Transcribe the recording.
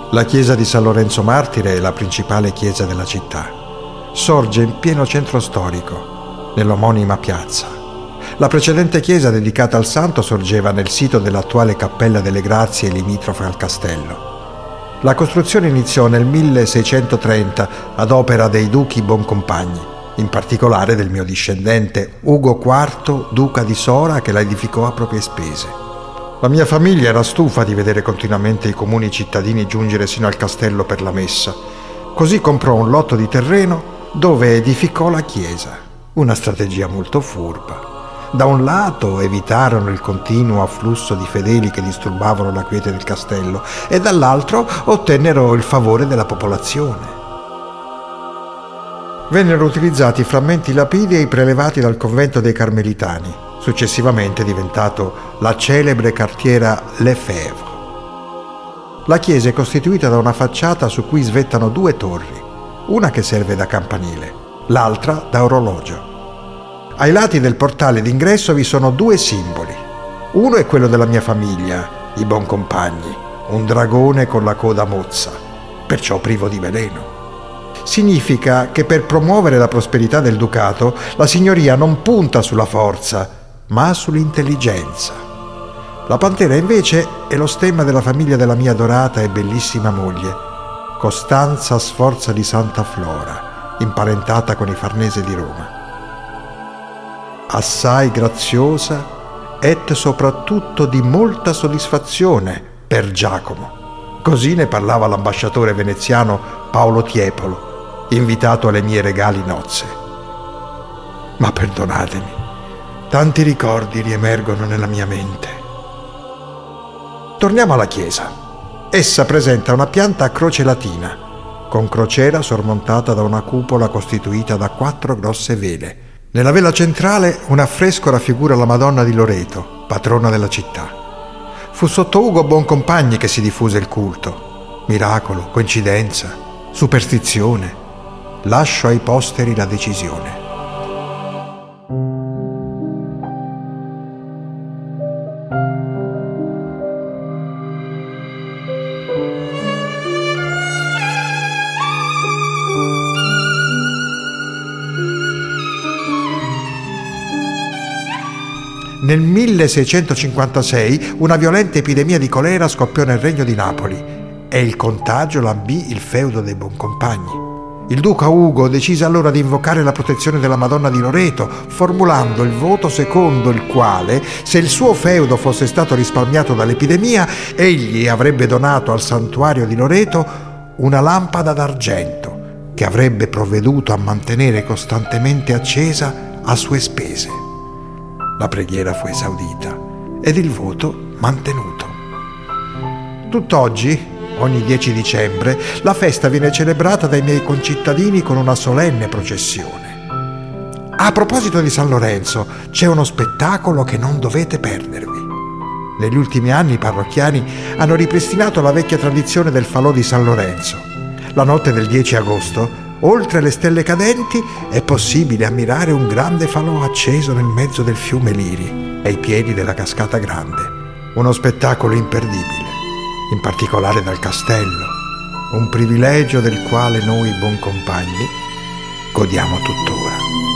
La chiesa di San Lorenzo Martire è la principale chiesa della città. Sorge in pieno centro storico, nell'omonima piazza. La precedente chiesa dedicata al santo sorgeva nel sito dell'attuale Cappella delle Grazie limitrofe al castello. La costruzione iniziò nel 1630 ad opera dei duchi Boncompagni, in particolare del mio discendente Ugo IV, duca di Sora, che la edificò a proprie spese. La mia famiglia era stufa di vedere continuamente i comuni cittadini giungere sino al castello per la messa. Così comprò un lotto di terreno dove edificò la chiesa. Una strategia molto furba. Da un lato evitarono il continuo afflusso di fedeli che disturbavano la quiete del castello e dall'altro ottennero il favore della popolazione. Vennero utilizzati frammenti lapidei prelevati dal convento dei Carmelitani, successivamente diventato la celebre cartiera Lefebvre. La chiesa è costituita da una facciata su cui svettano 2 torri, una che serve da campanile, l'altra da orologio. Ai lati del portale d'ingresso vi sono 2 simboli. Uno è quello della mia famiglia, i Boncompagni, un dragone con la coda mozza, perciò privo di veleno. Significa che per promuovere la prosperità del ducato la signoria non punta sulla forza, ma sull'intelligenza. La pantera invece è lo stemma della famiglia della mia adorata e bellissima moglie, Costanza Sforza di Santa Flora, imparentata con i Farnese di Roma. Assai graziosa et soprattutto di molta soddisfazione per Giacomo. Così ne parlava l'ambasciatore veneziano Paolo Tiepolo, invitato alle mie regali nozze. Ma perdonatemi, tanti ricordi riemergono nella mia mente. Torniamo alla chiesa. Essa presenta una pianta a croce latina, con crociera sormontata da una cupola costituita da 4 grosse vele. Nella vela centrale un affresco raffigura la Madonna di Loreto, patrona della città. Fu sotto Ugo Boncompagni che si diffuse il culto. Miracolo, coincidenza, superstizione. Lascio ai posteri la decisione. Nel 1656 una violenta epidemia di colera scoppiò nel regno di Napoli e il contagio lambì il feudo dei Boncompagni. Il duca Ugo decise allora di invocare la protezione della Madonna di Loreto, formulando il voto secondo il quale, se il suo feudo fosse stato risparmiato dall'epidemia, egli avrebbe donato al santuario di Loreto una lampada d'argento che avrebbe provveduto a mantenere costantemente accesa a sue spese. La preghiera fu esaudita ed il voto mantenuto. Tutt'oggi, ogni 10 dicembre, la festa viene celebrata dai miei concittadini con una solenne processione. A proposito di San Lorenzo, c'è uno spettacolo che non dovete perdervi. Negli ultimi anni i parrocchiani hanno ripristinato la vecchia tradizione del falò di San Lorenzo. La notte del 10 agosto, oltre le stelle cadenti, è possibile ammirare un grande falò acceso nel mezzo del fiume Liri, ai piedi della Cascata Grande. Uno spettacolo imperdibile, in particolare dal castello, un privilegio del quale noi Boncompagni godiamo tuttora.